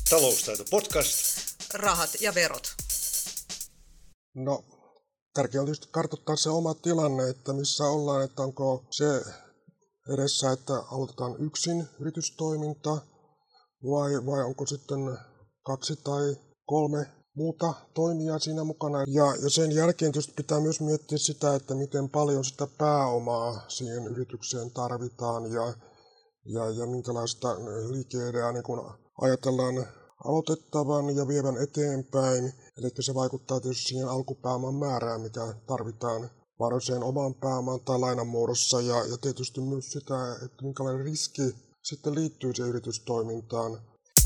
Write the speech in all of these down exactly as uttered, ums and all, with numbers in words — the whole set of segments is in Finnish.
Taloustaito podcast. Rahat ja verot. No, tärkeää on tietysti kartoittaa se oma tilanne, että missä ollaan, että onko se edessä, että aloitetaan yksin yritystoiminta vai, vai onko sitten kaksi tai kolme muuta toimijaa siinä mukana. Ja, ja sen jälkeen tietysti pitää myös miettiä sitä, että miten paljon sitä pääomaa siihen yritykseen tarvitaan ja, ja, ja minkälaista liike-ideaa niin kun ajatellaan aloitettavan ja vievän eteenpäin. Eli se vaikuttaa tietysti siihen alkupääoman määrään, mikä tarvitaan varsinaiseen oman pääoman tai lainan muodossa. Ja, ja tietysti myös sitä, että minkälainen riski sitten liittyy siihen yritystoimintaan.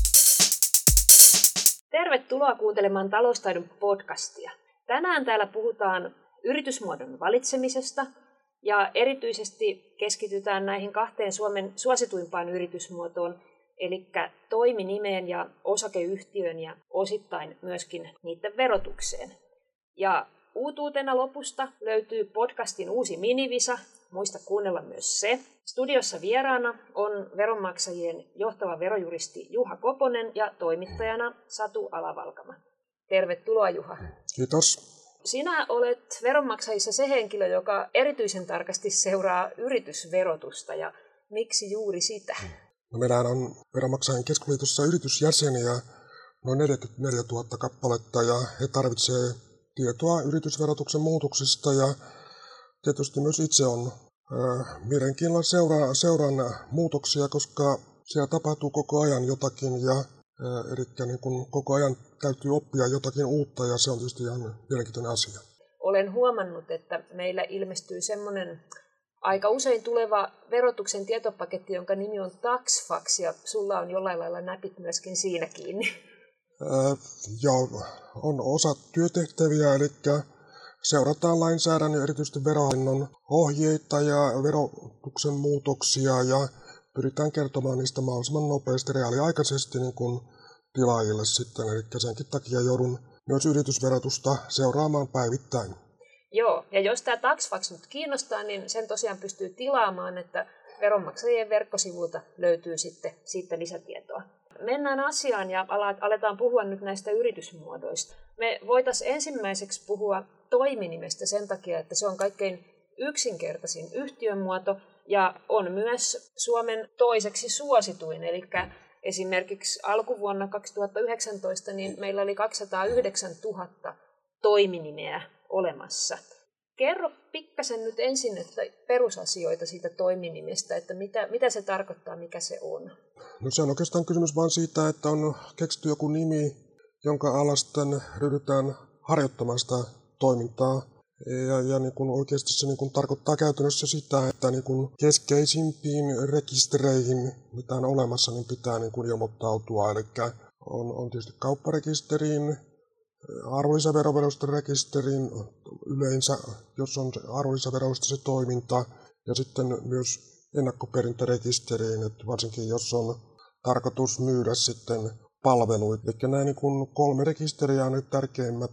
Tervetuloa kuuntelemaan Taloustaidon podcastia. Tänään täällä puhutaan yritysmuodon valitsemisesta ja erityisesti keskitytään näihin kahteen Suomen suosituimpaan yritysmuotoon, eli toiminimeen ja osakeyhtiöön ja osittain myöskin niiden verotukseen. Ja uutuutena lopusta löytyy podcastin uusi minivisa, muista kuunnella myös se. Studiossa vieraana on veronmaksajien johtava verojuristi Juha Koponen ja toimittajana Satu Alavalkama. Tervetuloa, Juha. Kiitos. Sinä olet veronmaksajissa se henkilö, joka erityisen tarkasti seuraa yritysverotusta, ja miksi juuri sitä? No, meillähän on Veronmaksajien keskusliitossa yritysjäseniä noin neljäkymmentäneljätuhatta kappaletta ja he tarvitsevat tietoa yritysverotuksen muutoksista ja tietysti myös itse on äh, mielenkiinnolla seuraan, seuraan muutoksia, koska siellä tapahtuu koko ajan jotakin ja äh, eli niin kun koko ajan täytyy oppia jotakin uutta ja se on tietysti ihan mielenkiintoinen asia. Olen huomannut, että meillä ilmestyy semmoinen aika usein tuleva verotuksen tietopaketti, jonka nimi on TaxFax, ja sulla on jollain lailla näpit myöskin siinä kiinni. Ää, ja on osa työtehtäviä, eli seurataan lainsäädännön, erityisesti verohallinnon ohjeita ja verotuksen muutoksia, ja pyritään kertomaan niistä mahdollisimman nopeasti reaaliaikaisesti niin kuin tilaajille sitten. Eli senkin takia joudun myös yritysverotusta seuraamaan päivittäin. Joo, ja jos tämä TaxFax nyt kiinnostaa, niin sen tosiaan pystyy tilaamaan, että veronmaksajien verkkosivulta löytyy sitten siitä lisätietoa. Mennään asiaan ja aletaan puhua nyt näistä yritysmuodoista. Me voitaisiin ensimmäiseksi puhua toiminimestä sen takia, että se on kaikkein yksinkertaisin yhtiömuoto ja on myös Suomen toiseksi suosituin. Eli esimerkiksi alkuvuonna kaksituhattayhdeksäntoista niin meillä oli kaksisataayhdeksäntuhatta toiminimeä olemassa. Kerro pikkasen nyt ensin että perusasioita siitä toiminimestä, että mitä, mitä se tarkoittaa, mikä se on. No se on oikeastaan kysymys vain siitä, että on keksitty joku nimi, jonka alla sitten ryhdytään harjoittamaan sitä toimintaa. Ja, ja niin kuin oikeasti se niin kuin tarkoittaa käytännössä sitä, että niin kuin keskeisimpiin rekistereihin, mitä on olemassa, niin pitää niin kuin ilmoittautua. Eli on, on tietysti kaupparekisteriin, arvonlisäverovelvollisten rekisteriin yleensä, jos on arvonlisäverollista se toiminta, ja sitten myös ennakkoperintärekisteriin, että varsinkin jos on tarkoitus myydä sitten palveluita. Eli nämä niin kuin kolme rekisteriä on nyt tärkeimmät,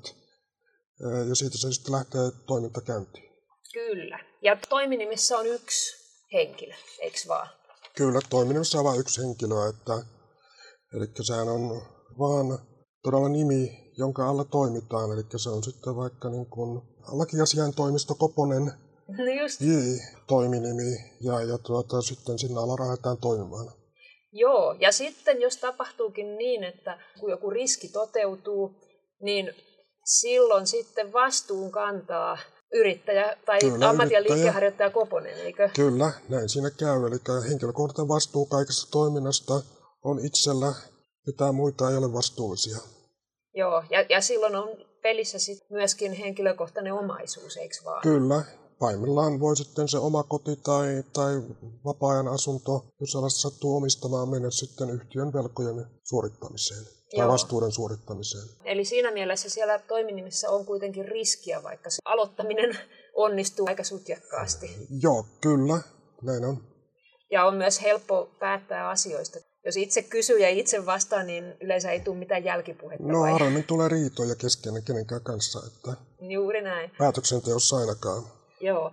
ja siitä se sitten lähtee toiminta käyntiin. Kyllä, ja toiminimessä on yksi henkilö, eikö vaan? Kyllä, toiminimessä on vain yksi henkilö, että, eli sehän on vaan todella nimi, jonka alla toimitaan, eli se on sitten vaikka niin kuin lakiasiaintoimisto Koponen no just. J, toiminimi, ja, ja tuota, sitten sinne alla lähdetään toimimaan. Joo, ja sitten jos tapahtuukin niin, että kun joku riski toteutuu, niin silloin sitten vastuun kantaa yrittäjä tai Kyllä, ammatti- ja yrittäjä. liikkeenharjoittaja Koponen, eikö? Kyllä, näin siinä käy, eli henkilökohtainen vastuu kaikesta toiminnasta on itsellä, pitää muita ei ole vastuullisia. Joo, ja, ja silloin on pelissä sit myöskin henkilökohtainen omaisuus, eikö vaan? Kyllä. Pahimmillaan voi sitten se oma koti tai, tai vapaa-ajan asunto, jos sellaista sattuu omistamaan, mennä sitten yhtiön velkojen suorittamiseen tai Joo. vastuuden suorittamiseen. Eli siinä mielessä siellä toiminimissä on kuitenkin riskiä, vaikka se aloittaminen onnistuu aika sutjakkaasti. Joo, kyllä. Näin on. Ja on myös helppo päättää asioista. Jos itse kysyy ja itse vastaa, niin yleensä ei tule mitään jälkipuhetta. No vai? harvemmin tulee riitoja kesken kenenkään kanssa, että Juuri näin. päätöksenteossa ainakaan. Joo.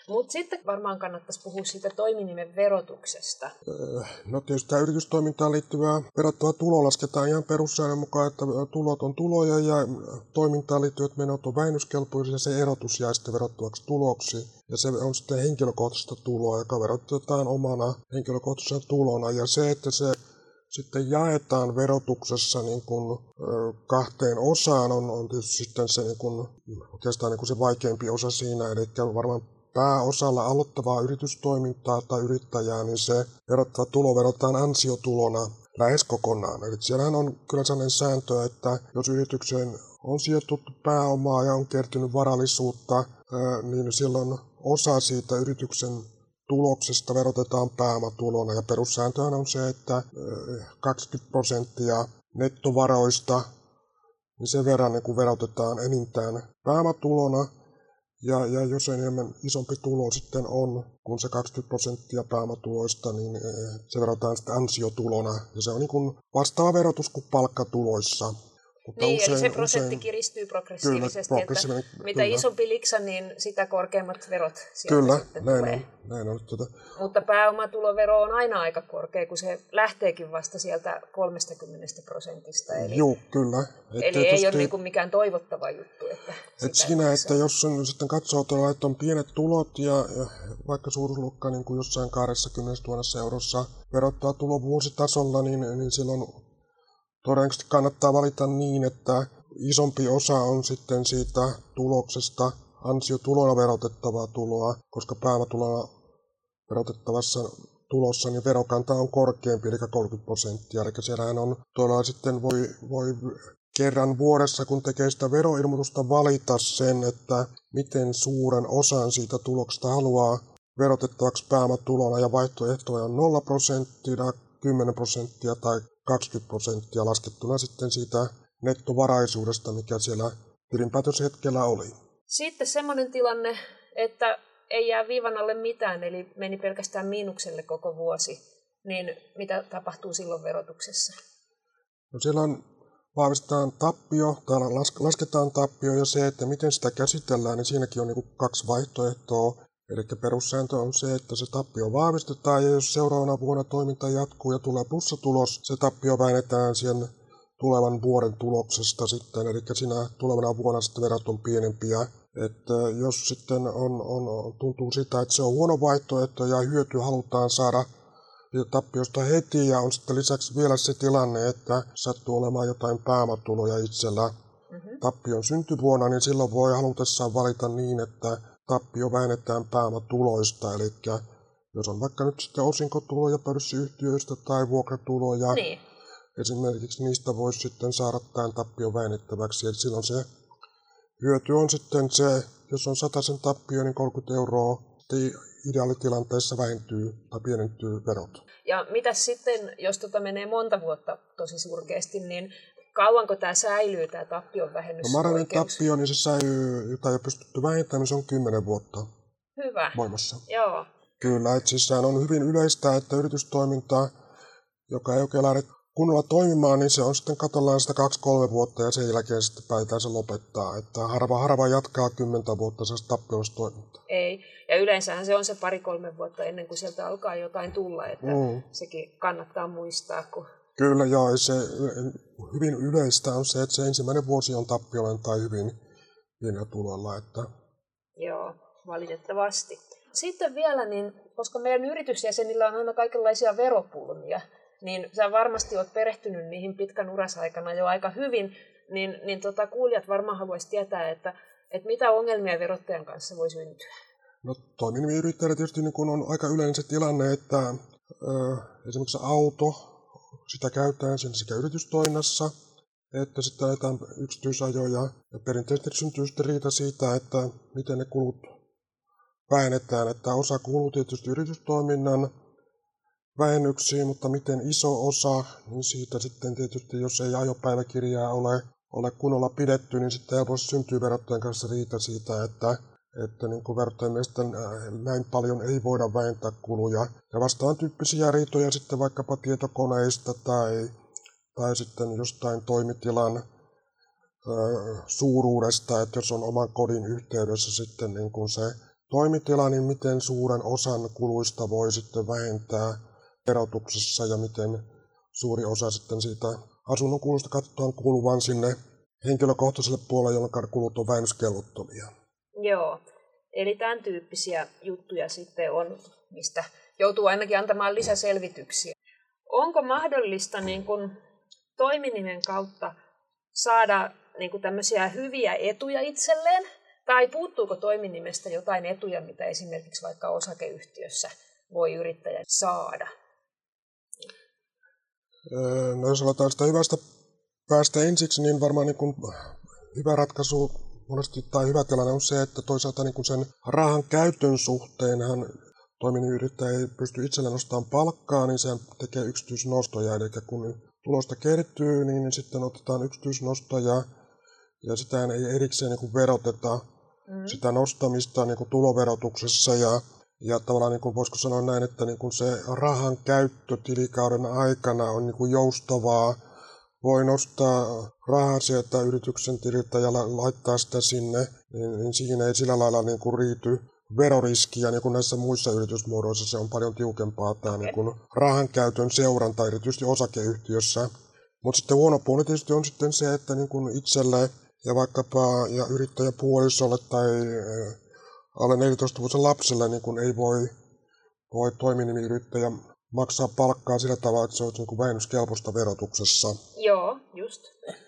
Mutta sitten varmaan kannattaisi puhua siitä toiminimen verotuksesta. No tietysti tämä yritystoimintaan liittyvää verottava tulo lasketaan ihan perussäännön mukaan, että tulot on tuloja ja toimintaan liittyvät menot on vähennyskelpoisia ja se erotus jää sitten verottavaksi tuloksi. Ja se on sitten henkilökohtaista tuloa, joka verotetaan omana henkilökohtaisena tulona. Ja se, että se sitten jaetaan verotuksessa niin kuin, ö, kahteen osaan, on, on tietysti sitten se, niin kuin, oikeastaan niin kuin se vaikeampi osa siinä. Eli varmaan pääosalla aloittavaa yritystoimintaa tai yrittäjää, niin se verottava tulo verotetaan ansiotulona lähes kokonaan. Eli siellähän on kyllä sellainen sääntö, että jos yritykseen on sijoitettu pääomaa ja on kertynyt varallisuutta, niin silloin osa siitä yrityksen tuloksesta verotetaan pääomatulona. Ja perussääntöhän on se, että kaksikymmentä prosenttia nettovaroista, niin sen verran niin kuin verotetaan enintään pääomatulona. Ja, ja jos enemmän isompi tulo sitten on kuin se kaksikymmentä prosenttia pääomatuloista, niin se verotetaan sitten ansiotulona. Ja se on niin kuin vastaava verotus kuin palkkatuloissa. Mutta niin, usein, eli se prosentti usein, kiristyy progressiivisesti, kyllä, että mitä kyllä. isompi liksa, niin sitä korkeammat verot sieltä kyllä, sitten näin tulee. On, näin on. Tuota. Mutta pääomatulovero on aina aika korkea, kun se lähteekin vasta sieltä kolmekymmentä prosentista. Eli, Joo, kyllä. Et eli tietysti, ei ole niin kuin mikään toivottava juttu. Että et siinä, että jos on, sitten katsoo, että on pienet tulot ja, ja vaikka suuruusluokka niin kuin jossain kaksikymmentätuhatta eurossa verottaa tulo vuositasolla, niin, niin silloin todennäköisesti kannattaa valita niin, että isompi osa on sitten siitä tuloksesta ansiotulona verotettavaa tuloa, koska pääomatulona verotettavassa tulossa niin verokanta on korkeampi, eli kolmekymmentä prosenttia. Eli siellähän on todella sitten voi, voi kerran vuodessa, kun tekee sitä veroilmoitusta, valita sen, että miten suuren osan siitä tuloksesta haluaa verotettavaksi pääomatulona, ja vaihtoehtoja on nolla prosenttia, kymmenen prosenttia tai kaksikymmentä prosenttia laskettuna sitten siitä nettovaraisuudesta, mikä siellä tilinpäätöshetkellä oli. Sitten semmoinen tilanne, että ei jää viivan alle mitään, eli meni pelkästään miinukselle koko vuosi, niin mitä tapahtuu silloin verotuksessa? No silloin vahvistetaan tappio, tai lasketaan tappio, ja se, että miten sitä käsitellään, niin siinäkin on niin kuin kaksi vaihtoehtoa. Eli perussääntö on se, että se tappio vahvistetaan, ja jos seuraavana vuonna toiminta jatkuu ja tulee plussatulos, se tappio väännetään sen tulevan vuoden tuloksesta sitten, eli siinä tulevana vuonna sitten verot on pienempiä. Että jos sitten on, on, tuntuu sitä, että se on huono vaihtoehto ja hyöty halutaan saada tappiosta heti, ja on sitten lisäksi vielä se tilanne, että sattuu olemaan jotain pääomatuloja itsellä mm-hmm. tappion syntyvuonna, niin silloin voi halutessaan valita niin, että tappio väännetään pääomatuloista, eli jos on vaikka nyt sitten osinkotuloja pörssiyhtiöistä tai vuokratuloja, niin. Esimerkiksi niistä voisi sitten saada tämän tappion vähennettäväksi, eli silloin se hyöty on sitten se, jos on satasen tappio, niin kolmekymmentä euroa ideaalitilanteessa vähentyy tai pienentyy verot. Ja mitä sitten, jos tota menee monta vuotta tosi surkeasti, niin kauanko tämä säilyy, tämä tappion vähennysoikeus? No määräinen tappio, niin se säilyy, jota ei ole pystytty vähentämään, niin se on kymmenen vuotta Hyvä. voimassa. Joo. Kyllä, että siis sehän on hyvin yleistä, että yritystoimintaa, joka ei oikein lähde kunnolla toimimaan, niin se on sitten katsellaan sitä kaksi kolme vuotta ja sen jälkeen sitten päätetään se lopettaa. Että harva, harva jatkaa kymmentä vuotta sellaista tappiollista toimintaa. Ei. Ja yleensähän se on se pari-kolme vuotta ennen kuin sieltä alkaa jotain tulla, että mm. sekin kannattaa muistaa. Kun... Kyllä joo, se hyvin yleistä on se, että se ensimmäinen vuosi on tappiollinen tai hyvin pienellä tulolla. Että... Joo, valitettavasti. Sitten vielä, niin, koska meidän yritysjäsenillä on aina kaikenlaisia veropulmia, niin sä varmasti oot perehtynyt niihin pitkän uras aikana jo aika hyvin, niin, niin tota, kuulijat varmaan haluaisi tietää, että, että mitä ongelmia verottajan kanssa voi syntyä. No toiminimiyrittäjällä tietysti niin kun on aika yleinen se tilanne, että ö, esimerkiksi auto, sitä käytetään sen sekä yritystoiminnassa, että sitten ajetaan yksityisajoja. Ja perinteisesti syntyy sitten riita siitä, että miten ne kulut vähennetään, että osa kuuluu tietysti yritystoiminnan vähennyksiin, mutta miten iso osa, niin siitä sitten tietysti, jos ei ajopäiväkirjaa ole, ole kunnolla pidetty, niin sitten helposti syntyy verottajan kanssa riita siitä, että, että niin kuin verottajan mielestä näin paljon ei voida vähentää kuluja. Ja vastaan tyyppisiä riitoja sitten vaikkapa tietokoneista tai, tai sitten jostain toimitilan ö, suuruudesta, että jos on oman kodin yhteydessä sitten niin kuin se toimitila, niin miten suuren osan kuluista voi sitten vähentää verotuksessa ja miten suuri osa sitten siitä asunnon kulusta katsotaan kuuluvan sinne henkilökohtaiselle puolelle, jolloin kulut on vähennyskelvottomia. Joo, eli tämän tyyppisiä juttuja sitten on, mistä joutuu ainakin antamaan lisäselvityksiä. Onko mahdollista niin kun toiminimen kautta saada niin kun tämmöisiä hyviä etuja itselleen? Tai puuttuuko toiminimestä jotain etuja, mitä esimerkiksi vaikka osakeyhtiössä voi yrittäjä saada? No jos aloitetaan sitä hyvästä päästä ensiksi, niin varmaan niin kuin hyvä ratkaisu monesti tai hyvä tilanne on se, että toisaalta niin kuin sen rahan käytön suhteenhan toiminnan yrittäjä ei pysty itsellä nostamaan palkkaa, niin sehän tekee yksityisnostoja. Eli kun tulosta kertyy, niin sitten otetaan yksityisnostoja ja sitä ei erikseen niin kuin veroteta mm. sitä nostamista niin kuin tuloverotuksessa. Ja, ja tavallaan niin kuin voisiko sanoa näin, että niin kuin se rahan käyttö tilikauden aikana on niin kuin joustavaa. Voi nostaa rahaa sieltä yrityksen tililtä ja laittaa sitä sinne, niin, niin siinä ei sillä lailla niin kuin riity veroriskiä, niin kuin näissä muissa yritysmuodoissa se on paljon tiukempaa tämä okay. niin kuin rahan käytön seuranta, erityisesti osakeyhtiössä. Mutta sitten huono puoli tietysti on sitten se, että niin kuin itselle ja vaikkapa ja yrittäjäpuolisolle tai alle neljätoistavuotiaille lapselle niin kuin ei voi, voi toiminimiyrittäjä maksaa palkkaa sillä tavalla, että se on niin kuin vähennyskelpoista verotuksessa. Joo, just.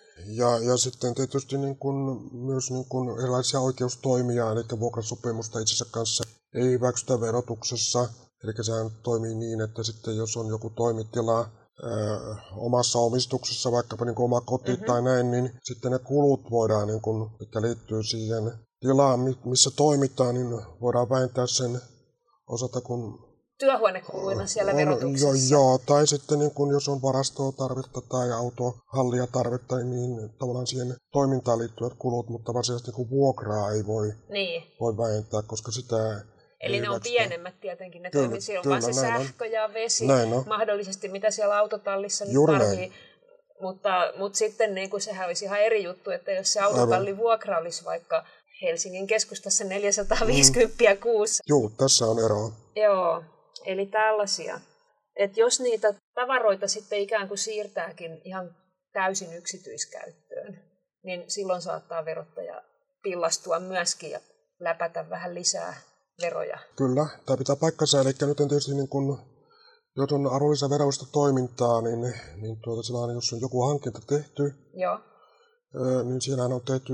Ja, ja sitten tietysti niin kuin, myös niin kuin erilaisia oikeustoimia, eli vuokrasopimusta itsensä kanssa ei hyväksytä verotuksessa. Eli sehän toimii niin, että sitten jos on joku toimitila ää, omassa omistuksessa, vaikkapa niin kuin oma koti mm-hmm. tai näin, niin sitten ne kulut voidaan, niin kuin, mitkä liittyy siihen tilaan, missä toimitaan, niin voidaan vähentää sen osalta, kun työhuonekuluina siellä on, verotuksessa. Joo, jo, tai sitten niin kun, jos on varastoa tarvetta tai autohallia tarvetta, niin tavallaan siihen toimintaan liittyvät kulut, mutta varsinaisesti niin vuokraa ei voi, niin. voi vähentää, koska sitä Eli ne on hyväksytä. Pienemmät tietenkin, ne kyllä, toimii silloin kyllä, vaan se sähkö on. ja vesi, näin mahdollisesti mitä siellä autotallissa nyt Juuri tarvii. näin. Mutta, mutta sitten niin kuin sehän olisi ihan eri juttu, että jos se autotallin vuokra olisi vaikka Helsingin keskustassa neljäsataaviisikymmentä mm. kuussa. Joo, tässä on eroa. Joo. Eli tällaisia. Että jos niitä tavaroita sitten ikään kuin siirtääkin ihan täysin yksityiskäyttöön, niin silloin saattaa verottaja pillastua myöskin ja läpätä vähän lisää veroja. Kyllä, tämä pitää paikkansa. Eli nyt on tietysti niin kun, jos on arvonlisäveroista toimintaa, niin, niin tuota, silloin, jos on joku hankinta tehty, Joo. niin siinähän on tehty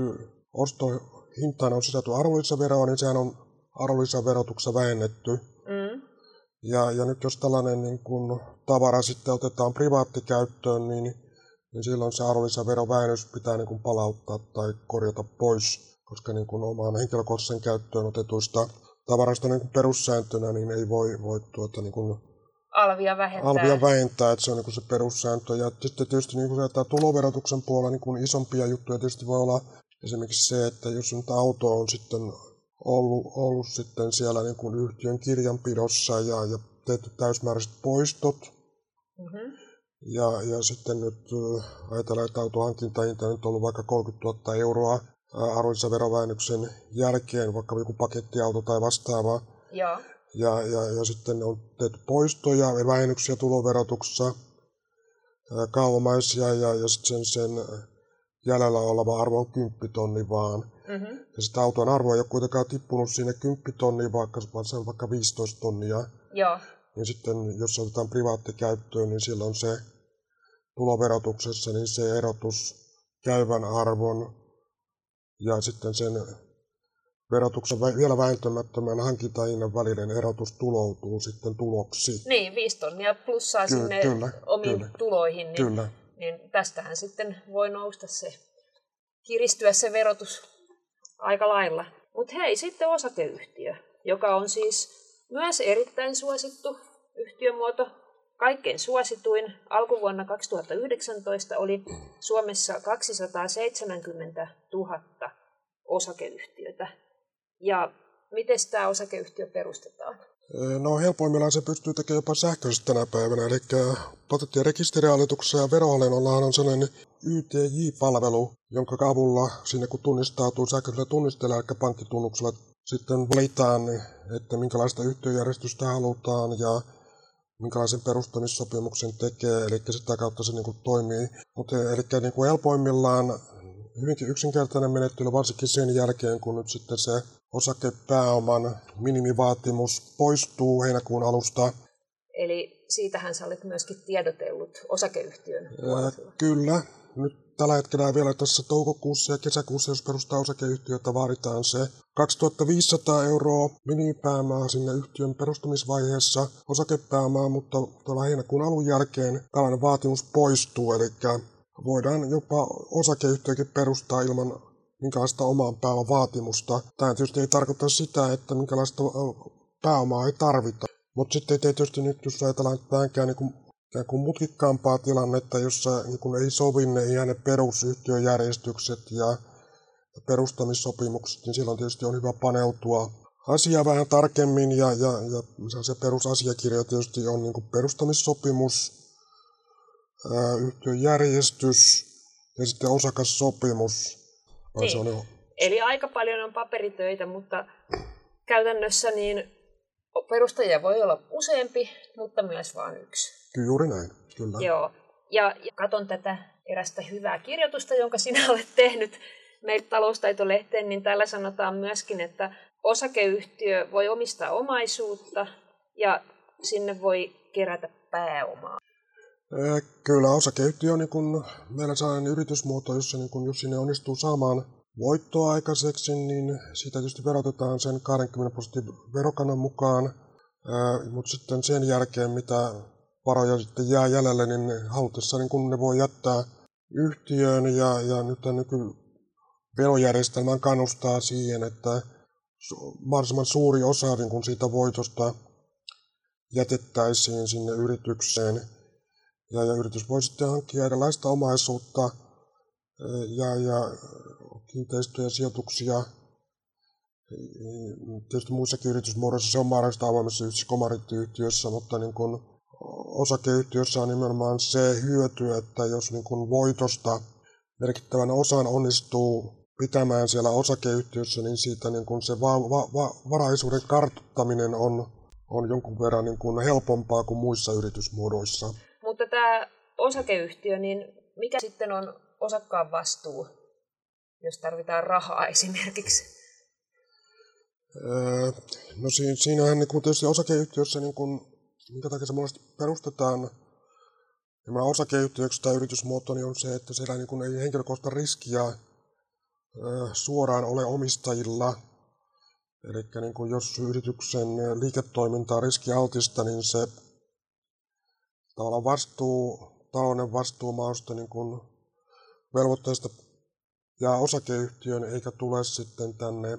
ostohintaan on sisälty arvonlisäveroa, niin sehän on arvonlisäverotuksessa vähennetty. Mm. Ja, ja nyt jos tällainen niin kun tavara sitten otetaan privaattikäyttöön, niin, niin silloin se arvonlisäverovähennys pitää niin kun palauttaa tai korjata pois, koska niin kun omaan henkilökohtaisen käyttöön otetuista tavarasta niin kun perussääntönä niin ei voi, voi tuota, niin kun alvia vähentää. Alvia vähentää, että se on niin kun se perussääntö. Ja sitten tietysti niin kun tämä tuloverotuksen puolella niin kun isompia juttuja tietysti voi olla esimerkiksi se, että jos nyt auto on sitten Ollut, ollut sitten siellä niin kuin yhtiön kirjanpidossa ja, ja tehty täysmääräiset poistot. Mm-hmm. Ja, ja sitten nyt ajatellaan, että autohankintahinta nyt on ollut vaikka kolmekymmentätuhatta euroa arvonlisäverovähennyksen jälkeen, vaikka joku pakettiauto tai vastaava. Ja, ja, ja, ja sitten on tehty poistoja ja vähennyksiä tuloverotuksessa kaavamaisia ja, ja sitten sen, sen jäljellä oleva arvo on kymppitonni vaan. Mm-hmm. Ja sitten auton arvo ei ole kuitenkaan tippunut sinne kymppitonniin, vaikka se on vaikka viisitoista tonnia. Joo. Ja sitten jos otetaan privaattikäyttöön, niin silloin se tuloverotuksessa niin se erotus käyvän arvon ja sitten sen verotuksen vielä vähentämättömän hankintahinnan välinen erotus tuloutuu sitten tuloksi. Niin, viisi tonnia plussaa Ky- sinne kyllä, omiin kyllä, tuloihin. Niin, kyllä. niin tästähän sitten voi nousta se, kiristyä se verotus aika lailla. Mutta hei, sitten osakeyhtiö, joka on siis myös erittäin suosittu yhtiömuoto. Kaikkein suosituin alkuvuonna kaksituhattayhdeksäntoista oli Suomessa kaksisataaseitsemänkymmentätuhatta osakeyhtiötä. Ja miten tämä osakeyhtiö perustetaan? No helpoimmillaan se pystyy tekemään jopa sähköisesti tänä päivänä. Eli patentti- ja rekisterihallituksessa ja verohallinnollahan on sellainen Y T J-palvelu, jonka avulla sinne kun tunnistautuu sähköisellä tunnisteella, eli pankkitunnuksella sitten valitaan, että minkälaista yhtiöjärjestystä halutaan ja minkälaisen perustamissopimuksen tekee, eli sitä kautta se niin kuin toimii. Mutta eli niin kuin helpoimmillaan hyvinkin yksinkertainen menettely, varsinkin sen jälkeen, kun nyt sitten se osakepääoman minimivaatimus poistuu heinäkuun alusta. Eli siitähän sä olet myöskin tiedotellut osakeyhtiön puolella. Kyllä. Nyt tällä hetkellä vielä tässä toukokuussa ja kesäkuussa, jos perustaa osakeyhtiötä, vaaditaan se kaksituhattaviisisataa euroa minimipääomaa sinne yhtiön perustamisvaiheessa osakepääomaa, mutta tuolla heinäkuun alun jälkeen tällainen vaatimus poistuu, eli voidaan jopa osakeyhtiökin perustaa ilman minkälaista oman pääoman vaatimusta. Tämä tietysti ei tarkoita sitä, että minkälaista pääomaa ei tarvita, mutta sitten tietysti nyt, jos ajatellaan vähänkään niin kuin ikään kuin mutkikkaampaa tilannetta, jossa niin kun ei sovi ne ihan ne perusyhtiöjärjestykset ja perustamissopimukset, niin silloin tietysti on hyvä paneutua asiaa vähän tarkemmin ja, ja, ja se perusasiakirja tietysti on niin kuin perustamissopimus, ää, yhtiöjärjestys ja sitten osakassopimus. Niin. Se on jo... Eli aika paljon on paperitöitä, mutta käytännössä niin perustajia voi olla useampi, mutta myös vain yksi. Kyllä juuri näin, kyllä. Joo, ja, ja katson tätä erästä hyvää kirjoitusta, jonka sinä olet tehnyt meille Taloustaitolehteen, niin täällä sanotaan myöskin, että osakeyhtiö voi omistaa omaisuutta ja sinne voi kerätä pääomaa. Kyllä, osakeyhtiö on niin kuin meillä sellainen yritysmuoto, jossa niin kuin, jos sinne onnistuu saamaan voittoa aikaiseksi, niin siitä tietysti verotetaan sen kaksikymmentä prosentin verokannan mukaan, mutta sitten sen jälkeen, mitä varoja sitten jää jäljelle, niin halutessa niin kun ne voi jättää yhtiöön ja, ja nyt nykyverojärjestelmän kannustaa siihen, että mahdollisimman suuri osa niin kun siitä voitosta jätettäisiin sinne yritykseen. Ja, ja yritys voi sitten hankkia erilaista omaisuutta ja, ja kiinteistöjä, sijoituksia. Tietysti muissakin yritysmuodoissa se on mahdollista avoimessa komarittiyhtiössä, mutta niin kun osakeyhtiössä on nimenomaan se hyöty, että jos niin kun voitosta merkittävän osan onnistuu pitämään siellä osakeyhtiössä, niin siitä niin kun se va- va- va- varaisuuden kartuttaminen on, on jonkun verran niin kun helpompaa kuin muissa yritysmuodoissa. Mutta tämä osakeyhtiö, niin mikä sitten on osakkaan vastuu, jos tarvitaan rahaa esimerkiksi? Öö, no si- siinähän niin kun tietysti osakeyhtiössä, niin kun, minkä takia se monesti perustetaan osakeyhtiöksi tai yritysmuoto, niin on se, että siellä niin kun ei henkilökohtaista riskiä öö, suoraan ole omistajilla. Eli niin kun jos yrityksen liiketoiminta on riskialtista, niin se tavallaan vastuu, talouden vastuu mahdollista niin kun velvoitteista jää osakeyhtiön eikä tule sitten tänne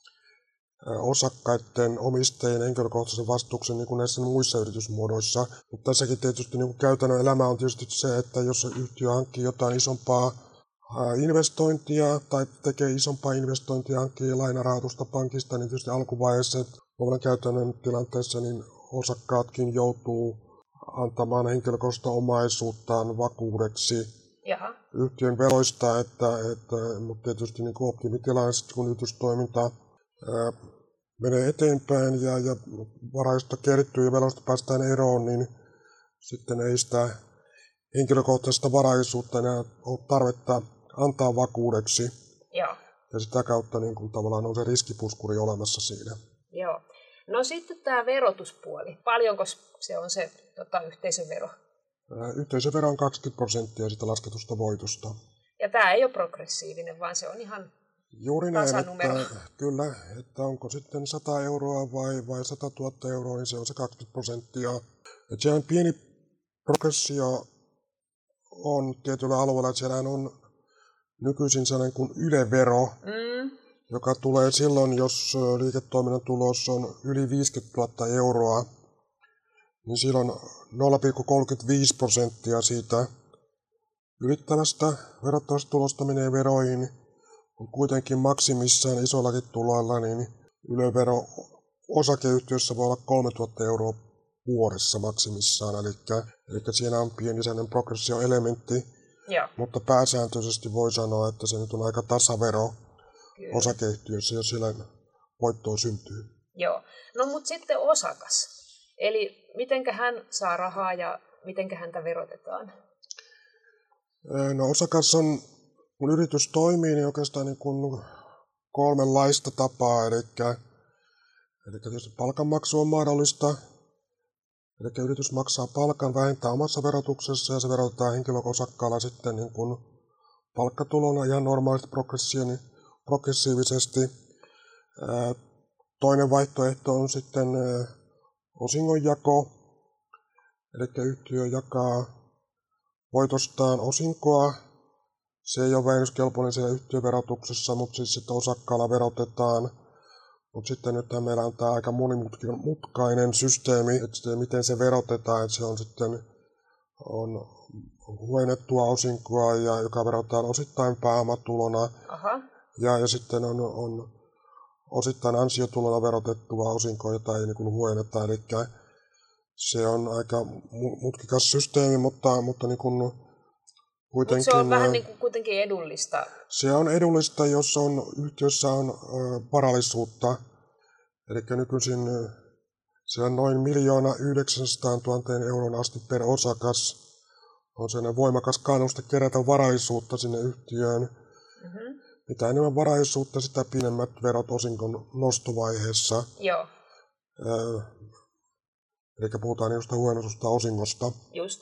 osakkaiden omistajien henkilökohtaisen vastuuksen niin kuin näissä muissa yritysmuodoissa. Mutta tässäkin tietysti niin kuin käytännön elämä on tietysti se, että jos yhtiö hankkii jotain isompaa investointia tai tekee isompaa investointia, hankkii lainarahoitusta pankista, niin tietysti alkuvaiheessa olevan käytännön tilanteessa niin osakkaatkin joutuu antamaan henkilökohtaista omaisuuttaan vakuudeksi Jaha. yhtiön veroista, että, että, mutta tietysti niin kuin optimitilanteessa, kun yritystoiminta ää, menee eteenpäin ja, ja varaista kertyy ja veloista päästään eroon, niin sitten ei sitä henkilökohtaista varaisuutta enää ole tarvetta antaa vakuudeksi. Joo. Ja sitä kautta niin kuin, tavallaan on se riskipuskuri olemassa siinä. Joo. No sitten tämä verotuspuoli. Paljonko se on se tota, yhteisövero? Ää, yhteisövero on kaksikymmentä prosenttia sitä lasketusta voitosta. Ja tämä ei ole progressiivinen, vaan se on ihan Juuri näin, tasanumero. että, kyllä, että onko sitten sata euroa vai, vai sata tuhatta euroa, niin se on se kaksikymmentä prosenttia. Että se on pieni progressio on tietyllä alueella, että siellä on nykyisin sellainen kuin ylevero, Mm. joka tulee silloin, jos liiketoiminnan tulos on yli viisikymmentätuhatta euroa, niin silloin nolla pilkku kolmekymmentäviisi prosenttia siitä ylittävästä verottavasta tulosta menee veroihin. Kuitenkin maksimissaan isollakin tuloilla, niin ylevero osakeyhtiössä voi olla kolmetuhatta euroa vuodessa maksimissaan, eli, eli siinä on pieni sellainen progressioelementti, Joo. mutta pääsääntöisesti voi sanoa, että se nyt on aika tasavero Kyllä. osakeyhtiössä, jos siellä voittoa syntyy. Joo. No mutta sitten osakas. Eli mitenkä hän saa rahaa ja mitenkä häntä verotetaan? No osakas on, kun yritys toimii, niin oikeastaan niin kuin kolmenlaista tapaa. Eli, eli tietysti palkanmaksu on mahdollista. Eli yritys maksaa palkan vähintään omassa verotuksessa ja se verotetaan henkilöosakkaalla sitten niin kuin palkkatulona ihan normaalisti progressiivisesti. Toinen vaihtoehto on sitten osingonjako, eli yhtiö jakaa voitostaan osinkoa. Se ei ole vähennyskelpoinen siellä yhtiöverotuksessa, mutta siis sitten osakkaalla verotetaan. Mutta sitten nythän meillä on tämä aika monimutkainen systeemi, että miten se verotetaan, että se on sitten on huojennettua osinkoa, ja, joka verotetaan osittain pääomatulona. Aha. Ja, ja sitten on, on osittain ansiotulona verotettua osinkoa, jota ei niin huojenneta. Eli se on aika mutkikas systeemi, mutta, mutta niin kuin kuitenkin... Mut se on vähän niin kuin kuitenkin edullista. Se on edullista, jos on, yhtiössä on varallisuutta. Eli nykyisin se on noin miljoona yhdeksänsataatuhatta euron asti per osakas. On sellainen voimakas kannuste kerätä varallisuutta sinne yhtiöön. Mm-hmm. Mitä enemmän varallisuutta, sitä pienemmät verot osinkon nostovaiheessa. Joo. Äh, eli puhutaan just huojennusta osingosta. Just.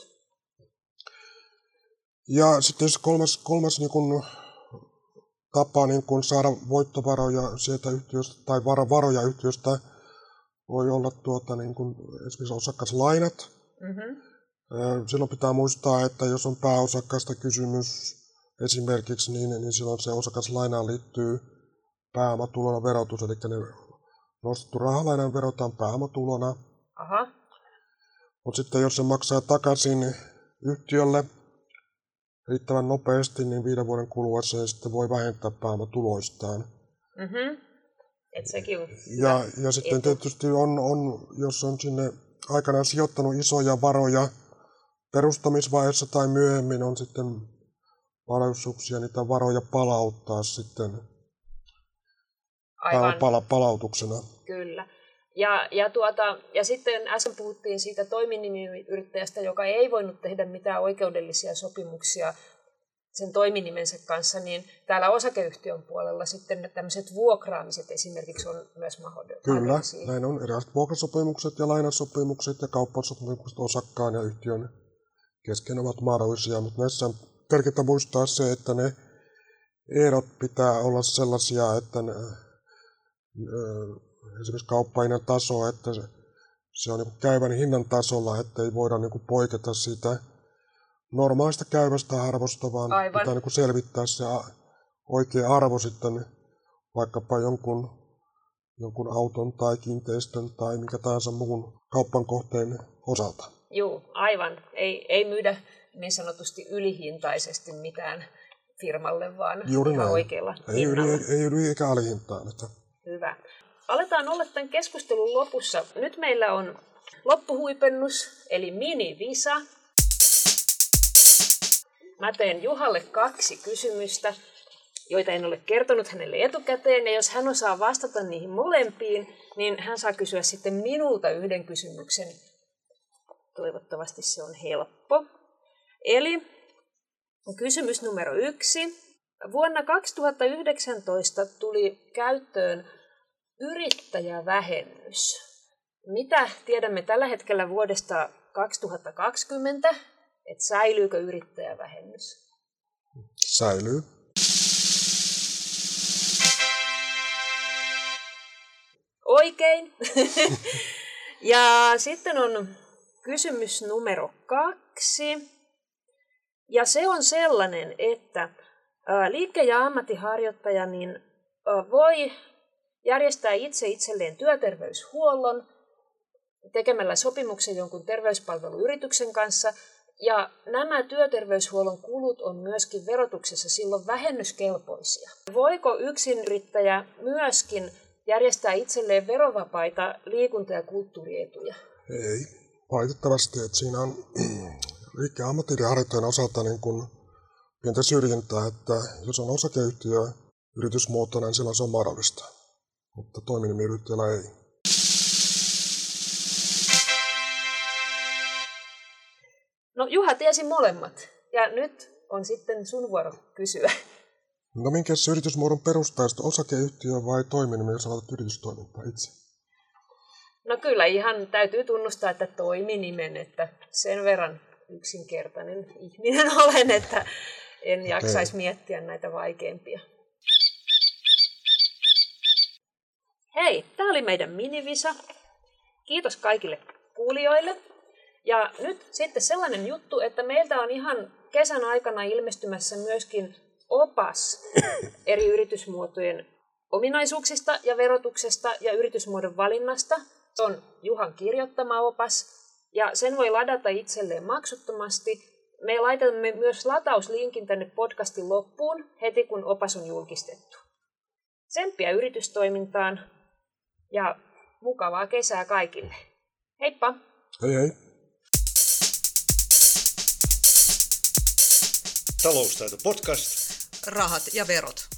Ja sitten kolmas, kolmas niin kun, tapa niin kun saada voittovaroja sieltä yhtiöstä tai var, varoja yhtiöstä voi olla tuota, niin kun, esimerkiksi osakaslainat. Mm-hmm. Silloin pitää muistaa, että jos on pääosakkaasta kysymys esimerkiksi, niin, niin silloin se osakaslainaan liittyy pääomatulona verotus, eli ne nostettu rahalainan verotaan pääomatulona. Aha. Mutta sitten jos se maksaa takaisin yhtiölle riittävän nopeasti, niin viiden vuoden kuluessa se sitten voi vähentää pääomatuloistaan. Mm-hmm. Et sekin on ja, ja sitten tietysti on, on, jos on sinne aikanaan sijoittanut isoja varoja perustamisvaiheessa tai myöhemmin, on sitten mahdollisuuksia niitä varoja palauttaa sitten Aivan. Pala- palautuksena. Kyllä. Ja, ja, tuota, ja sitten äsken puhuttiin siitä toiminimiyrittäjästä, joka ei voinut tehdä mitään oikeudellisia sopimuksia sen toiminimensä kanssa, niin täällä osakeyhtiön puolella sitten tämmöiset vuokraamiset esimerkiksi on myös mahdollisia. Kyllä, näin on. Erilaiset vuokrasopimukset ja lainasopimukset ja kauppasopimukset osakkaan ja yhtiön kesken ovat mahdollisia, mutta näissä on tärkeää muistaa se, että ne ehdot pitää olla sellaisia, että ne, esimerkiksi kauppahinnan taso, että se, se on niin kuin käyvän hinnan tasolla, että ei voida niin kuin poiketa siitä normaalista käyvästä arvosta, vaan Aivan. pitää niin kuin selvittää se oikea arvo sitten vaikkapa jonkun, jonkun auton tai kiinteistön tai mikä tahansa muun kauppan kohteen osalta. Joo, aivan. Ei, ei myydä niin sanotusti ylihintaisesti mitään firmalle, vaan Juuri ihan näin. oikealla ei hinnalla. Yli, ei yli eikä alihintaan. Että... Hyvä. Aletaan olla tämän keskustelun lopussa. Nyt meillä on loppuhuipennus, eli mini-visa. Mä teen Juhalle kaksi kysymystä, joita en ole kertonut hänelle etukäteen. Ja jos hän osaa vastata niihin molempiin, niin hän saa kysyä sitten minulta yhden kysymyksen. Toivottavasti se on helppo. Eli kysymys numero yksi. Vuonna kaksituhattayhdeksäntoista tuli käyttöön yrittäjävähennys. Mitä tiedämme tällä hetkellä vuodesta kaksituhattakaksikymmentä, että säilyykö yrittäjävähennys? Säilyy. Oikein. Ja sitten on kysymys numero kaksi. Ja se on sellainen, että liikke- ja ammattiharjoittaja niin voi järjestää itse itselleen työterveyshuollon tekemällä sopimuksen jonkun terveyspalveluyrityksen kanssa. Ja nämä työterveyshuollon kulut on myöskin verotuksessa silloin vähennyskelpoisia. Voiko yksinyrittäjä myöskin järjestää itselleen verovapaita liikunta- ja kulttuurietuja? Ei, valitettavasti. Että siinä on liikkeen ja ammattiharjoittajan osalta niin kun pientä syrjintää, että jos on osakeyhtiö yritysmuotona, niin silloin se on mahdollista. mutta toiminimiyrittäjällä ei. No Juha tiesi molemmat, ja nyt on sitten sun vuoro kysyä. No minkä se yritysmuodon perustaa, sitten osakeyhtiö vai toiminimi, jos aloitat yritystoimintaa itse? No kyllä ihan täytyy tunnustaa, että toiminimen, että sen verran yksinkertainen ihminen olen, että en jaksaisi miettiä näitä vaikeampia. Hei, tämä oli meidän minivisa. Kiitos kaikille kuulijoille. Ja nyt sitten sellainen juttu, että meiltä on ihan kesän aikana ilmestymässä myöskin opas eri yritysmuotojen ominaisuuksista ja verotuksesta ja yritysmuodon valinnasta. Se on Juhan kirjoittama opas ja sen voi ladata itselleen maksuttomasti. Me laitamme myös latauslinkin tänne podcastin loppuun heti kun opas on julkistettu. Tsemppiä yritystoimintaan ja mukavaa kesää kaikille. Heippa! Hei hei! Taloustaito podcast. Rahat ja verot.